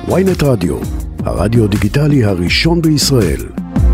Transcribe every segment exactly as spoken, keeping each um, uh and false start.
וויינט רדיו, הרדיו דיגיטלי הראשון בישראל.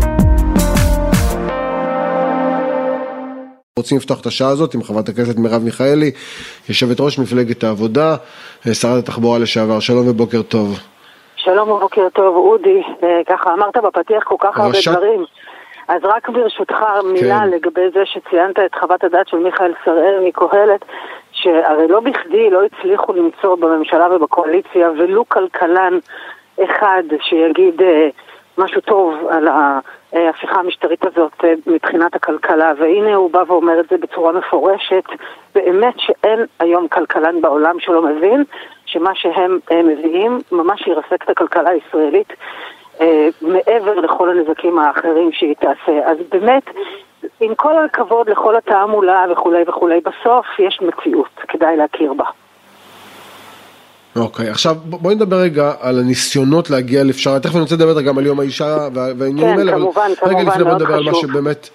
רוצים לפתוח את השעה הזאת עם חברת הכנסת מרב מיכאלי, יושבת ראש מפלגת העבודה, שרת התחבורה לשעבר. שלום ובוקר טוב. שלום ובוקר טוב, אודי. ככה אמרת בפתיח כל כך הרבה רשת... דברים. אז רק ברשותך מילה כן. לגבי זה שציינת את חוות הדעת של מיכאל שראל מקהלת, שהרי לא בכדי לא הצליחו למצוא בממשלה ובקואליציה ולו כלכלן אחד שיגיד משהו טוב על ההפיכה המשטרית הזאת מבחינת הכלכלה, והנה הוא בא ואומר את זה בצורה מפורשת. באמת שאין היום כלכלן בעולם שלא מבין שמה שהם מביאים ממש ירסק את הכלכלה הישראלית מעבר לכל הנזקים האחרים שהיא תעשה. אז באמת, עם כל הכבוד לכל התעמולה וכולי וכולי, בסוף יש מציאות, כדאי להכיר בה. אוקיי, עכשיו בואי נדבר רגע על הניסיונות להגיע לפשרה. תכף אני רוצה לדבר גם על יום האישה והעניינים האלה, אבל רגע לפני בוא נדבר על מה שבאמת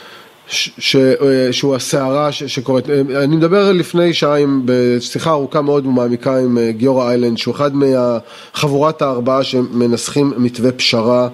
שהוא הסערה שקורית. אני מדבר לפני שעה בשיחה ארוכה מאוד ומעמיקה עם גיורא איילנד, שהוא אחד מהחבורת הארבעה שמנסחים מתווה פשרה,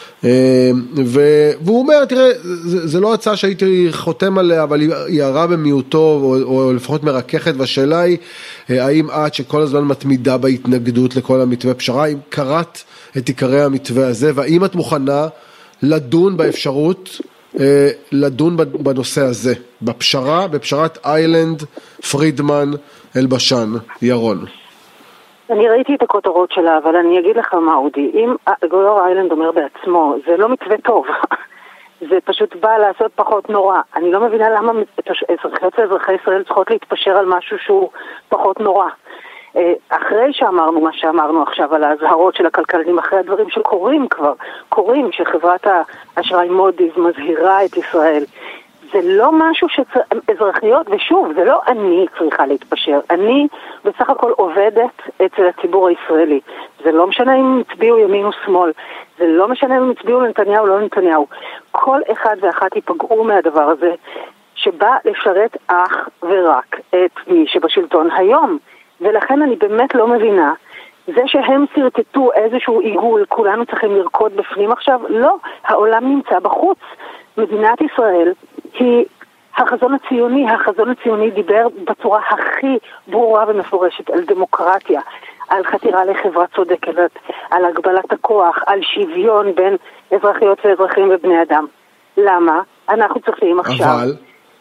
והוא אומר, תראה, זה לא הצעה שהייתי חותם עליה, אבל היא הרע במיעוטו, או לפחות מרככת, והשאלה היא, האם את שכל הזמן מתמידה בהתנגדות לכל המתווה פשרה, האם קראת את עיקרי המתווה הזה, והאם את מוכנה לדון באפשרות, לדון בנושא הזה, בפשרה, בפשרת איילנד, פרידמן, אלבשן, ירון? אני ראיתי את הכותרות שלה, אבל אני אגיד לך מה, אודי, אם גיורא איילנד אומר בעצמו, זה לא מתווה טוב, זה פשוט בא לעשות פחות נורא. אני לא מבינה למה אזרחיות ואזרחי ישראל צריכות להתפשר על משהו שהוא פחות נורא. אחרי שאמרנו מה שאמרנו עכשיו על ההזהרות של הכלכלנים, אחרי הדברים שקורים כבר, קורים שחברת האשראי מודי'ס מזהירה את ישראל, זה לא משהו שאזרחיות, ושוב, זה לא אני צריכה להתפשר. אני בסך הכל עובדת אצל הציבור הישראלי. זה לא משנה אם הצביעו ימין או שמאל. זה לא משנה אם הצביעו לנתניהו או לא לנתניהו. כל אחד ואחת ייפגעו מהדבר הזה, שבא לשרת אך ורק את מי שבשלטון היום. ולכן אני באמת לא מבינה. זה שהם סרטטו איזשהו עיגול, כולנו צריכים לרקוד בפנים עכשיו, לא, העולם נמצא בחוץ. מדינת ישראל היא החזון הציוני, החזון הציוני דיבר בצורה הכי ברורה ומפורשת על דמוקרטיה, על חתירה לחברה צודקת, על הגבלת הכוח, על שוויון בין אזרחיות ואזרחים ובני אדם. למה? אנחנו צריכים עכשיו אבל...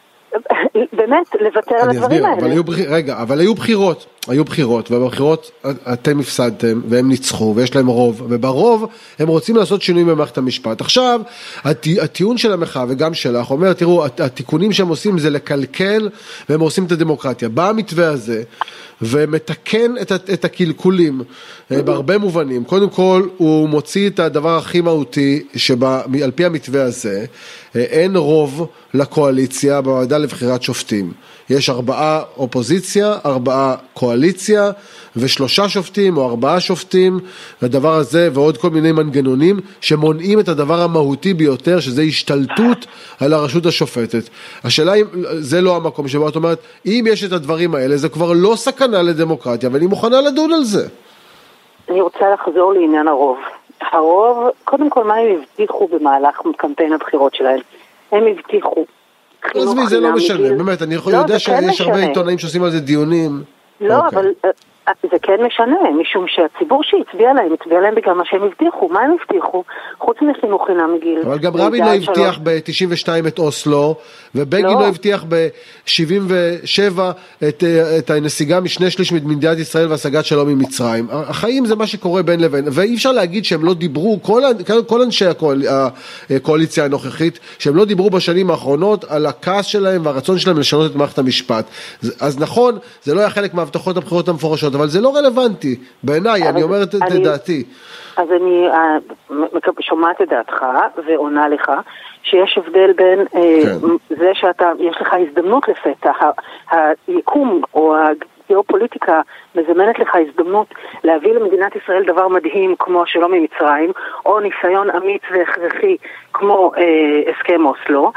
באמת לוותר על הדברים האלה. אבל היו, רגע, אבל היו בחירות, היו בחירות, ובבחירות אתם הפסדתם, והם ניצחו, ויש להם רוב, וברוב הם רוצים לעשות שינוי במערכת המשפט. עכשיו, הטיעון של המחאה וגם שלך אומר, תראו, התיקונים שהם עושים זה לקלקל, והם עושים את הדמוקרטיה. בא המתווה הזה, ומתקן את, את הקלקולים בהרבה מובנים. קודם כל, הוא מוציא את הדבר הכי מהותי, שעל פי המתווה הזה, אין רוב לקואליציה בוועדה לבחירת שופטים. יש ארבעה אופוזיציה, ארבעה קואליציה, ושלושה שופטים או ארבעה שופטים, והדבר הזה ועוד כל מיני מנגנונים שמונעים את הדבר המהותי ביותר, שזה השתלטות על הרשות השופטת. השאלה אם זה לא המקום שבו את אומרת, אם יש את הדברים האלה, זה כבר לא סכנה לדמוקרטיה, ואני מוכנה לדון על זה. אני רוצה לחזור לעניין הרוב. הרוב, קודם כל מה הם הבטיחו במהלך קמפיין הבחירות שלהם? הם הבטיחו עזבי, זה לא משנה, באמת, אני יכול יודע שיש הרבה עיתונאים שעושים על זה דיונים. לא, אבל זה כן משנה, משום שהציבור שהצביע להם, הצביע להם בגלל מה שהם הבטיחו. מה הם הבטיחו? חוץ מחינוך חינם מגיל. אבל גם רבין לא הבטיח ב-תשעים ושתיים את אוסלו, ובגין לא הבטיח ב-שבעים ושבע את הנסיגה משני שליש ממדינת ישראל והשגת שלום עם מצרים. החיים זה מה שקורה בין לבין, ואי אפשר להגיד שהם לא דיברו, כל אנשי הקואליציה הנוכחית, שהם לא דיברו בשנים האחרונות על הכעס שלהם והרצון שלהם לשנות את מערכת המשפט. אז נכון, זה לא היה חלק מהבטחות הבחירות המפורשות, אבל זה לא רלוונטי, בעיניי, אני אומרת את דעתי. אז אני שומעת את דעתך ועונה לך, שיש הבדל בין זה שאתה, יש לך הזדמנות לפתע, היקום או הגיאופוליטיקה מזמנת לך הזדמנות להביא למדינת ישראל דבר מדהים כמו השלום עם מצרים, או ניסיון אמיץ והכרחי כמו הסכם אוסלו,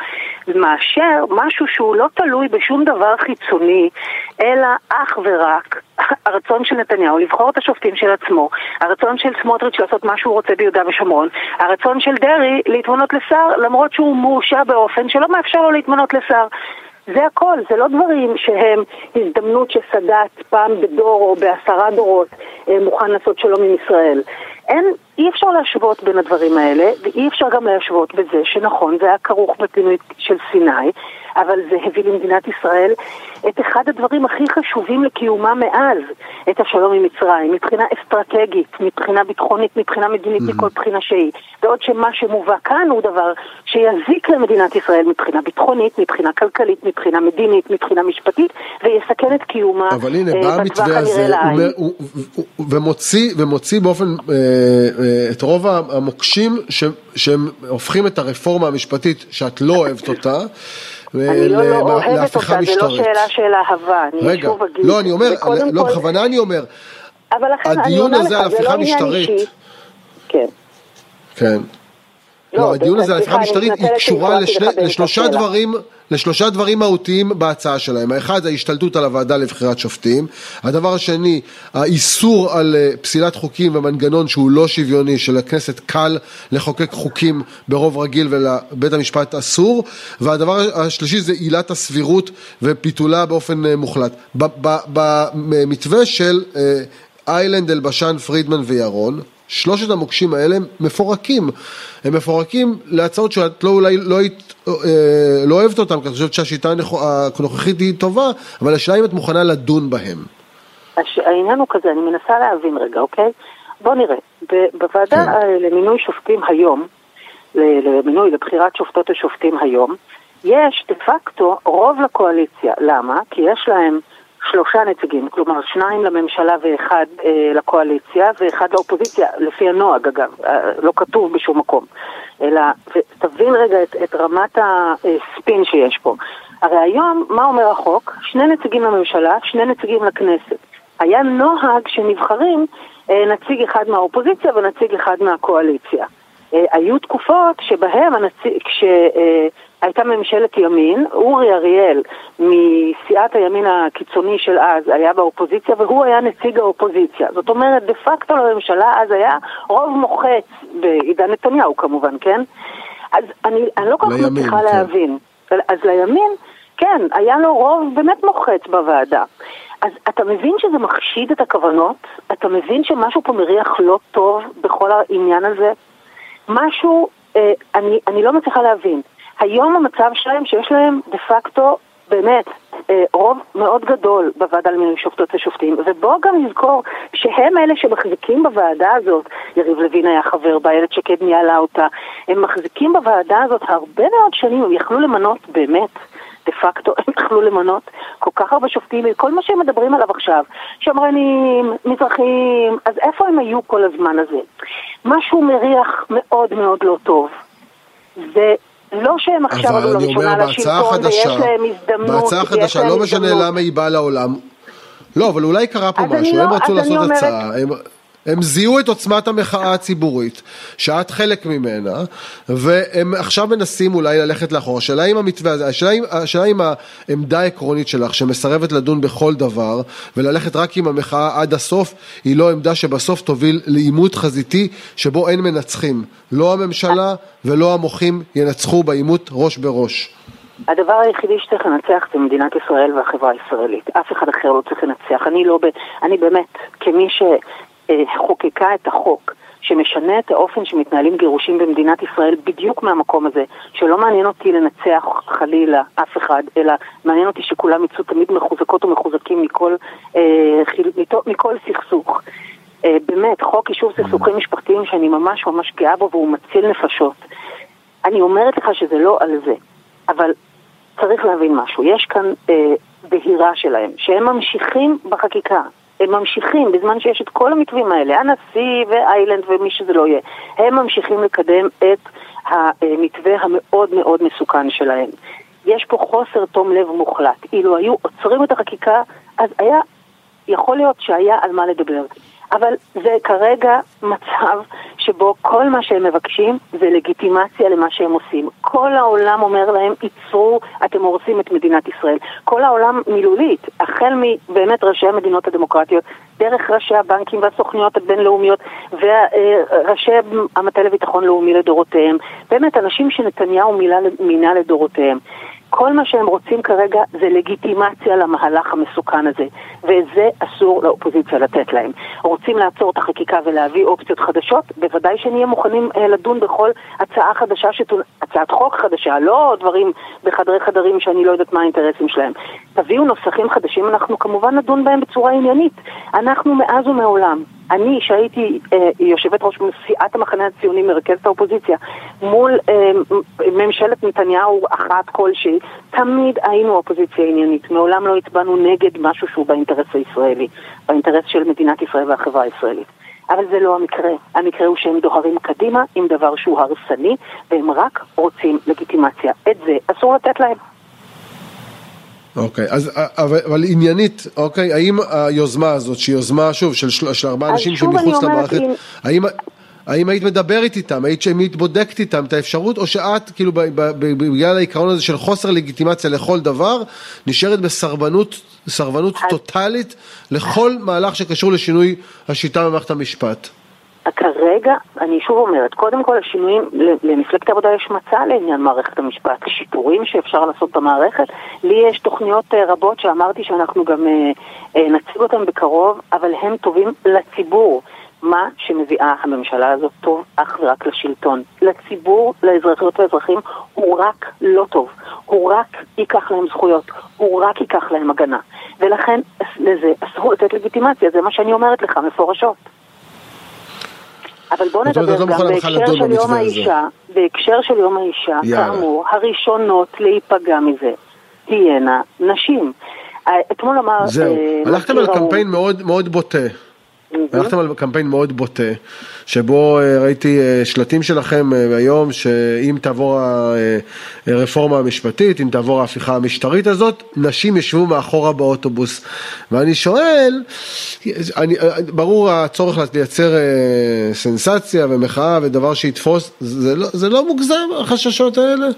מאשר משהו שהוא לא תלוי בשום דבר חיצוני, אלא אך ורק הרצון של נתניהו לבחור את השופטים של עצמו, הרצון של סמוטריץ' לעשות מה שהוא רוצה ביהודה ושומרון, הרצון של דרי להתמנות לשר למרות שהוא מורשע באופן שלא מאפשר לו להתמנות לשר. זה הכל, זה לא דברים שהם הזדמנות שסדת פעם בדור או בעשרה דורות מוכן לעשות שלום עם ישראל. אין, אי אפשר להשוות בין הדברים האלה, ואי אפשר גם להשוות בזה שנכון, זה היה כרוך בפינוי של סיני, אבל זה הביא למדינת ישראל את אחד הדברים הכי חשובים לקיומה מאז, את השלום עם מצרים, מבחינה אסטרטגית, מבחינה ביטחונית, מבחינה מדינית, mm-hmm. מכל בחינה שהיא. ועוד שמה שמובא כאן הוא דבר שיזיק למדינת ישראל מבחינה ביטחונית, מבחינה כלכלית, מבחינה מדינית, מבחינה משפטית, ויסכן את קיומה. אבל הנה, בא המתווה הזה, ומוציא, ומוציא באופן, את רוב המוקשים שהם הופכים את הרפורמה המשפטית שאת לא אוהבת אותה, אני לא אוהבת אותה, זה לא שאלה של אהבה. רגע, לא, אני אומר, לא, בכוונה אני אומר, הדיון הזה על הפיכה משטרית, כן. כן. לא, הדיון הזה על הפיכה משטרית היא קשורה לשלושה דברים, לשלושה דברים מהותיים בהצעה שלהם. האחד, ההשתלטות על הוועדה לבחירת שופטים. הדבר השני, האיסור על פסילת חוקים ומנגנון שהוא לא שוויוני, שלכנסת קל לחוקק חוקים ברוב רגיל ולבית המשפט אסור. והדבר השלישי זה עילת הסבירות ופיתולה באופן מוחלט. במתווה של איילנד, אלבשן, פרידמן וירון, שלושת המוקשים האלה מפורקים, הם מפורקים להצעות שאת לא אולי לא, לא אוהבת אותם, כי את חושבת שהשיטה הנוכחית היא טובה, אבל השאלה אם את מוכנה לדון בהם. העניין הוא כזה, אני מנסה להבין רגע, אוקיי? בוא נראה, בוועדה כן. למינוי שופטים היום, למינוי לבחירת שופטות ושופטים היום, יש דה פקטו רוב לקואליציה, למה? כי יש להם שלושה נציגים, כלומר שניים לממשלה ואחד אה, לקואליציה ואחד לאופוזיציה, לפי הנוהג אגב, אה, לא כתוב בשום מקום, אלא, ותבין רגע את, את רמת הספין שיש פה. הרי היום, מה אומר החוק? שני נציגים לממשלה, שני נציגים לכנסת. היה נוהג שנבחרים אה, נציג אחד מהאופוזיציה ונציג אחד מהקואליציה. אה, היו תקופות שבהם הנציג, כש... אה, הייתה ממשלת ימין, אורי אריאל מסיעת הימין הקיצוני של אז היה באופוזיציה והוא היה נציג האופוזיציה. זאת אומרת, דה פקטו לממשלה אז היה רוב מוחץ, בעידן נתניהו כמובן, כן? אז אני, אני לא כל כך מצליחה כן. להבין. אז לימין, כן, היה לו רוב באמת מוחץ בוועדה. אז אתה מבין שזה מחשיד את הכוונות? אתה מבין שמשהו פה מריח לא טוב בכל העניין הזה? משהו, אה, אני, אני לא מצליחה להבין. היום המצב שלהם שיש להם דה פקטו באמת רוב מאוד גדול בוועדה למינוי שופטות ושופטים, ובואו גם נזכור שהם אלה שמחזיקים בוועדה הזאת, יריב לוין היה חבר בה, איילת שקד ניהלה אותה, הם מחזיקים בוועדה הזאת הרבה מאוד שנים, הם יכלו למנות באמת דה פקטו, הם יכלו למנות כל כך הרבה שופטים, כל מה שהם מדברים עליו עכשיו, שמרנים, מזרחים, אז איפה הם היו כל הזמן הזה? משהו מריח מאוד מאוד לא טוב. זה לא שהם עכשיו עלו לראשונה לשלטון ויש להם הזדמנות. בהצעה חדשה, לא משנה למה היא באה לעולם. לא, אבל אולי קרה פה משהו, הם רצו לעשות הצעה, הם זיהו את עוצמת המחאה הציבורית, שאת חלק ממנה, והם עכשיו מנסים אולי ללכת לאחור. השאלה עם המתווה הזה, השאלה עם העמדה העקרונית שלך, שמסרבת לדון בכל דבר, וללכת רק עם המחאה עד הסוף, היא לא עמדה שבסוף תוביל לעימות חזיתי, שבו אין מנצחים. לא הממשלה ולא המוחים ינצחו בעימות ראש בראש. הדבר היחידי שצריך לנצח זה מדינת ישראל והחברה הישראלית. אף אחד אחר לא צריך לנצח. אני לא, אני באמת, כמי ש... חוקקה את החוק שמשנה את האופן שמתנהלים גירושים במדינת ישראל בדיוק מהמקום הזה, שלא מעניין אותי לנצח חלילה אף אחד, אלא מעניין אותי שכולם יצאו תמיד מחוזקות ומחוזקים מכל, אה, מכל סכסוך. אה, באמת, חוק יישוב סכסוכים משפחתיים שאני ממש ממש גאה בו והוא מציל נפשות. אני אומרת לך שזה לא על זה, אבל צריך להבין משהו. יש כאן אה, בהירה שלהם, שהם ממשיכים בחקיקה. הם ממשיכים, בזמן שיש את כל המתווים האלה, הנשיא ואיילנד ומי שזה לא יהיה, הם ממשיכים לקדם את המתווה המאוד מאוד מסוכן שלהם. יש פה חוסר תום לב מוחלט. אילו היו עוצרים את החקיקה, אז היה, יכול להיות שהיה על מה לדבר. אבל זה כרגע מצב שבו כל מה שהם מבקשים זה לגיטימציה למה שהם עושים. כל העולם אומר להם, ייצרו, אתם הורסים את מדינת ישראל. כל העולם מילולית, החל מבאמת ראשי המדינות הדמוקרטיות, דרך ראשי הבנקים והסוכניות הבינלאומיות וראשי המטה לביטחון לאומי לדורותיהם. באמת, אנשים שנתניהו מינה לדורותיהם. כל מה שהם רוצים כרגע זה לגיטימציה למהלך המסוכן הזה, ואת זה אסור לאופוזיציה לתת להם. רוצים לעצור את החקיקה ולהביא אופציות חדשות, בוודאי שנהיה מוכנים אה, לדון בכל הצעה חדשה, שתו... הצעת חוק חדשה, לא דברים בחדרי חדרים שאני לא יודעת מה האינטרסים שלהם. תביאו נוסחים חדשים, אנחנו כמובן נדון בהם בצורה עניינית. אנחנו מאז ומעולם, אני שהייתי אה, יושבת ראש סיעת המחנה הציוני מרכזת האופוזיציה מול אה, ממשלת נתניהו אחת כלשהי, תמיד היינו אופוזיציה עניינית, מעולם לא הצבענו נגד משהו שהוא באינטרס הישראלי, באינטרס של מדינת ישראל והחברה הישראלית. אבל זה לא המקרה. המקרה הוא שהם דוהרים קדימה עם דבר שהוא הרסני, והם רק רוצים לגיטימציה. את זה אסור לתת להם. אוקיי, אז אבל, אבל עניינית, אוקיי, האם היוזמה הזאת, שהיא יוזמה, שוב, של, של, של ארבעה אנשים שמחוץ למערכת, אם... האם, האם היית מדברת איתם, היית שהיית בודקת איתם את האפשרות, או שאת, כאילו, בגלל העיקרון הזה של חוסר לגיטימציה לכל דבר, נשארת בסרבנות, סרבנות טוטלית לכל מהלך שקשור לשינוי השיטה במערכת המשפט? כרגע, אני שוב אומרת, קודם כל השינויים, למפלגת העבודה יש מצע לעניין מערכת המשפט, שיפורים שאפשר לעשות במערכת. לי יש תוכניות רבות שאמרתי שאנחנו גם נציג אותם בקרוב, אבל הם טובים לציבור. מה שמביאה הממשלה הזאת טוב אך ורק לשלטון. לציבור, לאזרחיות והאזרחים, הוא רק לא טוב. הוא רק ייקח להם זכויות. הוא רק ייקח להם הגנה. ולכן לזה אסור לתת לגיטימציה. זה מה שאני אומרת לך, מפורשות. אבל בוא נדבר גם בהקשר של יום האישה, בהקשר של יום האישה, כאמור, הראשונות להיפגע מזה תהיינה נשים. אתמול אמר... זהו, הלכתם על קמפיין מאוד בוטה. הלכתם על קמפיין מאוד בוטה, שבו ראיתי שלטים שלכם היום, שאם תעבור הרפורמה המשפטית, אם תעבור ההפיכה המשטרית הזאת, נשים ישבו מאחורה באוטובוס. ואני שואל, אני, ברור הצורך לייצר סנסציה ומחאה ודבר שיתפוס, זה לא, זה לא מוגזם, החששות האלה?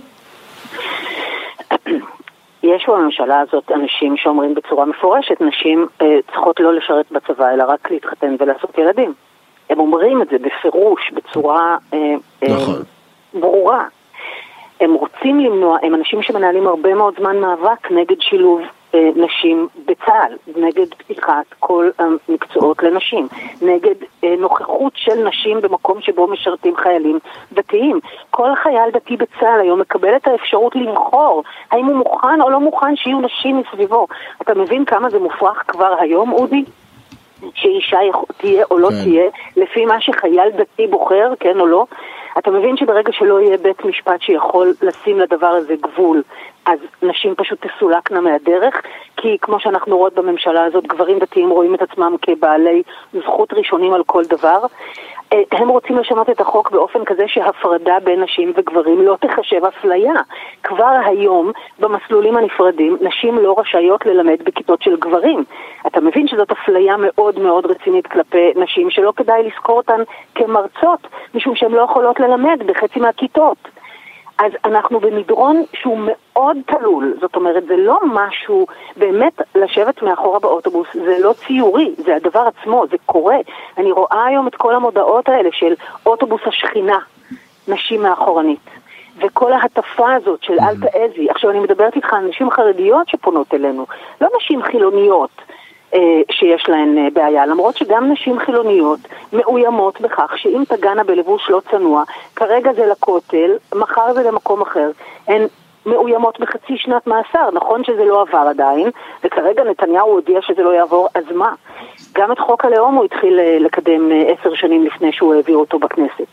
יש בממשלה הזאת אנשים שאומרים בצורה מפורשת, נשים אה, צריכות לא לשרת בצבא, אלא רק להתחתן ולעשות ילדים. הם אומרים את זה בפירוש, בצורה אה, נכון. אה, ברורה. הם רוצים למנוע, הם אנשים שמנהלים הרבה מאוד זמן מאבק נגד שילוב אה, נשים בצה"ל, נגד פתיחת כל המקצועות לנשים, נגד אה, נוכחות של נשים במקום שבו משרתים חיילים דתיים. כל חייל דתי בצה"ל היום מקבל את האפשרות לבחור האם הוא מוכן או לא מוכן שיהיו נשים מסביבו. אתה מבין כמה זה מופרך כבר היום, אודי? שאישה תהיה או לא כן. תהיה, לפי מה שחייל דתי בוחר, כן או לא? אתה מבין שברגע שלא יהיה בית משפט שיכול לשים לדבר הזה גבול, אז נשים פשוט תסולקנה מהדרך, כי כמו שאנחנו רואות בממשלה הזאת, גברים דתיים רואים את עצמם כבעלי זכות ראשונים על כל דבר. הם רוצים לשנות את החוק באופן כזה שהפרדה בין נשים וגברים לא תחשב אפליה. כבר היום במסלולים הנפרדים נשים לא רשאיות ללמד בכיתות של גברים. אתה מבין שזאת אפליה מאוד מאוד רצינית כלפי נשים שלא כדאי לזכור אותן כמרצות, משום שהן לא יכולות ללמד בחצי מהכיתות. אז אנחנו במדרון שהוא מאוד תלול, זאת אומרת, זה לא משהו, באמת לשבת מאחורה באוטובוס, זה לא ציורי, זה הדבר עצמו, זה קורה. אני רואה היום את כל המודעות האלה של אוטובוס השכינה, נשים מאחורנית, וכל ההטפה הזאת של אל תעזי. עכשיו אני מדברת איתך על נשים חרדיות שפונות אלינו, לא נשים חילוניות, שיש להן בעיה, למרות שגם נשים חילוניות מאוימות בכך שאם תגנה בלבוש לא צנוע, כרגע זה לכותל, מחר זה למקום אחר, הן מאוימות בחצי שנת מאסר. נכון שזה לא עבר עדיין, וכרגע נתניהו הודיע שזה לא יעבור, אז מה? גם את חוק הלאום הוא התחיל לקדם עשר שנים לפני שהוא העביר אותו בכנסת.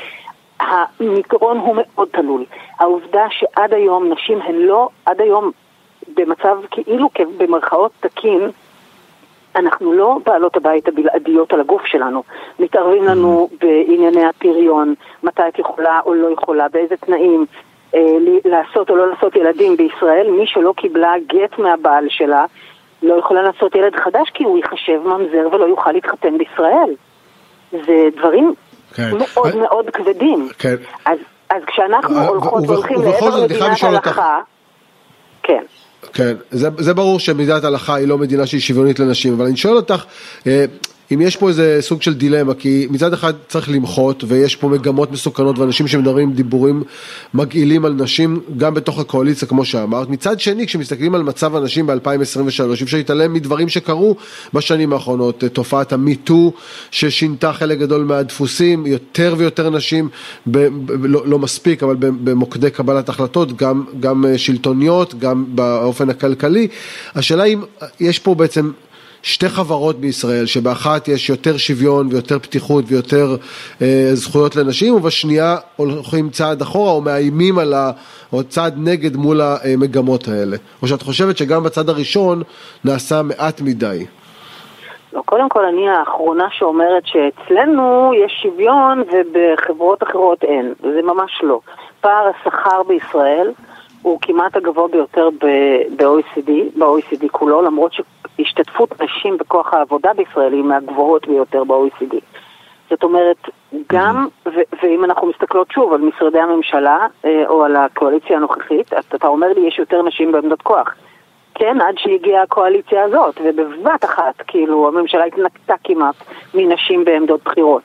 המקרון הוא מאוד תלוי. העובדה שעד היום נשים הן לא, עד היום במצב כאילו במרכאות תקין, אנחנו לא בעלות הבית הבלעדיות על הגוף שלנו. מתערבים לנו בענייני הפריון, מתי את יכולה או לא יכולה, באיזה תנאים אה, לעשות או לא לעשות ילדים בישראל. מי שלא קיבלה גט מהבעל שלה, לא יכולה לעשות ילד חדש כי הוא יחשב ממזר ולא יוכל להתחתן בישראל. זה דברים כן. מאוד I... מאוד כבדים. כן. אז, אז כשאנחנו uh, הולכות והולכים לעבר מדינת הלכה, כן. כן, זה, זה ברור שמדינת הלכה היא לא מדינה שהיא שוויונית לנשים, אבל אני שואל אותך, אם יש פה איזה סוג של דילמה, כי מצד אחד צריך למחות, ויש פה מגמות מסוכנות, ואנשים שמדברים דיבורים מגעילים על נשים, גם בתוך הקואליציה, כמו שאמרת. מצד שני, כשמסתכלים על מצב הנשים ב-אלפיים עשרים ושלוש, אפשר להתעלם מדברים שקרו בשנים האחרונות, תופעת המיטו, ששינתה חלק גדול מהדפוסים, יותר ויותר נשים, ב- ב- לא, לא מספיק, אבל במוקדי קבלת החלטות, גם, גם שלטוניות, גם באופן הכלכלי. השאלה אם יש פה בעצם שתי חברות בישראל, שבאחת יש יותר שוויון ויותר פתיחות ויותר אה, זכויות לנשים, ובשנייה הולכים צעד אחורה או מאיימים על ה... או צעד נגד מול המגמות האלה. או שאת חושבת שגם בצד הראשון נעשה מעט מדי? לא, קודם כל אני האחרונה שאומרת שאצלנו יש שוויון ובחברות אחרות אין. זה ממש לא. פער השכר בישראל הוא כמעט הגבוה ביותר ב-או אי סי די, ב-או אי סי די כולו, למרות שהשתתפות נשים בכוח העבודה בישראל היא מהגבוהות ביותר ב-או אי סי די. זאת אומרת, גם, ו- ואם אנחנו מסתכלות שוב על משרדי הממשלה, או על הקואליציה הנוכחית, אתה אומר לי יש יותר נשים בעמדות כוח. כן, עד שהגיעה הקואליציה הזאת, ובבת אחת, כאילו, הממשלה התנקתה כמעט מנשים בעמדות בחירות.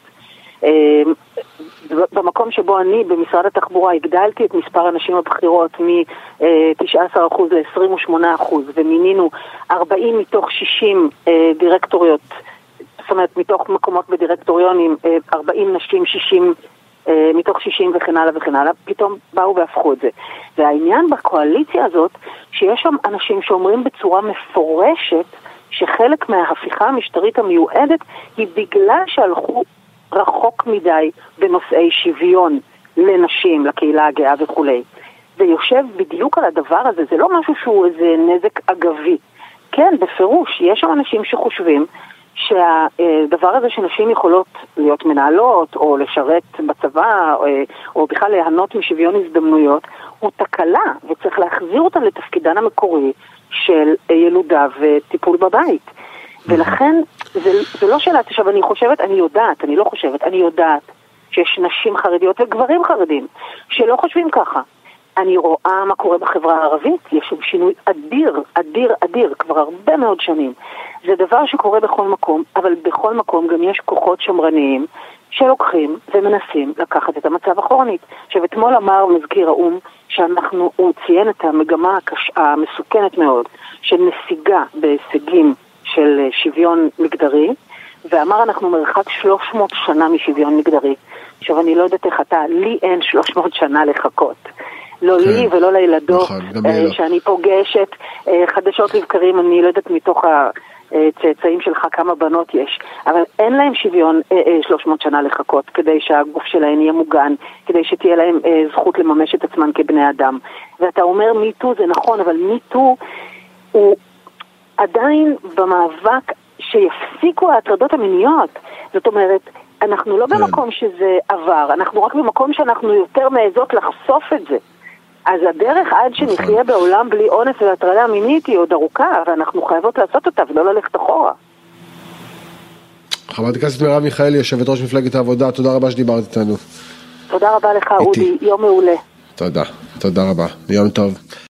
במקום שבו אני במשרד התחבורה הגדלתי את מספר הנשים הבחירות מ-תשעה עשר אחוז ל-עשרים ושמונה אחוז, ומינינו ארבעים מתוך שישים דירקטוריות, זאת אומרת מתוך מקומות בדירקטוריונים, ארבעים נשים, שישים מתוך שישים וכן הלאה וכן הלאה, פתאום באו והפכו את זה. והעניין בקואליציה הזאת, שיש שם אנשים שאומרים בצורה מפורשת, שחלק מההפיכה המשטרית המיועדת היא בגלל שהלכו רחוק מדי בנושאי שוויון לנשים, לקהילה הגאה וכו'. זה יושב בדיוק על הדבר הזה, זה לא משהו שהוא איזה נזק אגבי. כן, בפירוש, יש שם אנשים שחושבים שהדבר הזה שנשים יכולות להיות מנהלות או לשרת בצבא או, או בכלל להנות משוויון הזדמנויות הוא תקלה, וצריך להחזיר אותן לתפקידן המקורי של ילודה וטיפול בבית. ולכן זה, זה לא שאלה, עכשיו אני חושבת, אני יודעת, אני לא חושבת, אני יודעת שיש נשים חרדיות וגברים חרדים שלא חושבים ככה. אני רואה מה קורה בחברה הערבית, יש שם שינוי אדיר, אדיר, אדיר, כבר הרבה מאוד שנים. זה דבר שקורה בכל מקום, אבל בכל מקום גם יש כוחות שמרניים שלוקחים ומנסים לקחת את המצב אחורנית. עכשיו, אתמול אמר מזכיר האום שאנחנו, הוא ציין את המגמה הקש, המסוכנת מאוד של נסיגה בהישגים של שוויון מגדרי, ואמר אנחנו מרחק שלוש מאות שנה משוויון מגדרי. עכשיו, אני לא יודעת איך אתה, לי אין שלוש מאות שנה לחכות. לא כן. לי ולא לילדות נכון, uh, שאני פוגשת uh, חדשות לבקרים, אני לא יודעת מתוך הצאצאים שלך כמה בנות יש, אבל אין להם שוויון uh, uh, שלוש מאות שנה לחכות כדי שהגוף שלהם יהיה מוגן, כדי שתהיה להם uh, זכות לממש את עצמם כבני אדם. ואתה אומר מיטו זה נכון, אבל מיטו הוא עדיין במאבק שיפסיקו ההטרדות המיניות. זאת אומרת, אנחנו לא כן. במקום שזה עבר, אנחנו רק במקום שאנחנו יותר מעזות לחשוף את זה. אז הדרך עד שנחיה בעולם בלי אונס והטרדה מינית היא עוד ארוכה, ואנחנו חייבות לעשות אותה ולא ללכת אחורה. חברת הכנסת מרב מיכאלי, יושבת ראש מפלגת העבודה, תודה רבה שדיברת איתנו. תודה רבה לך אודי, יום מעולה. תודה, תודה רבה, יום טוב.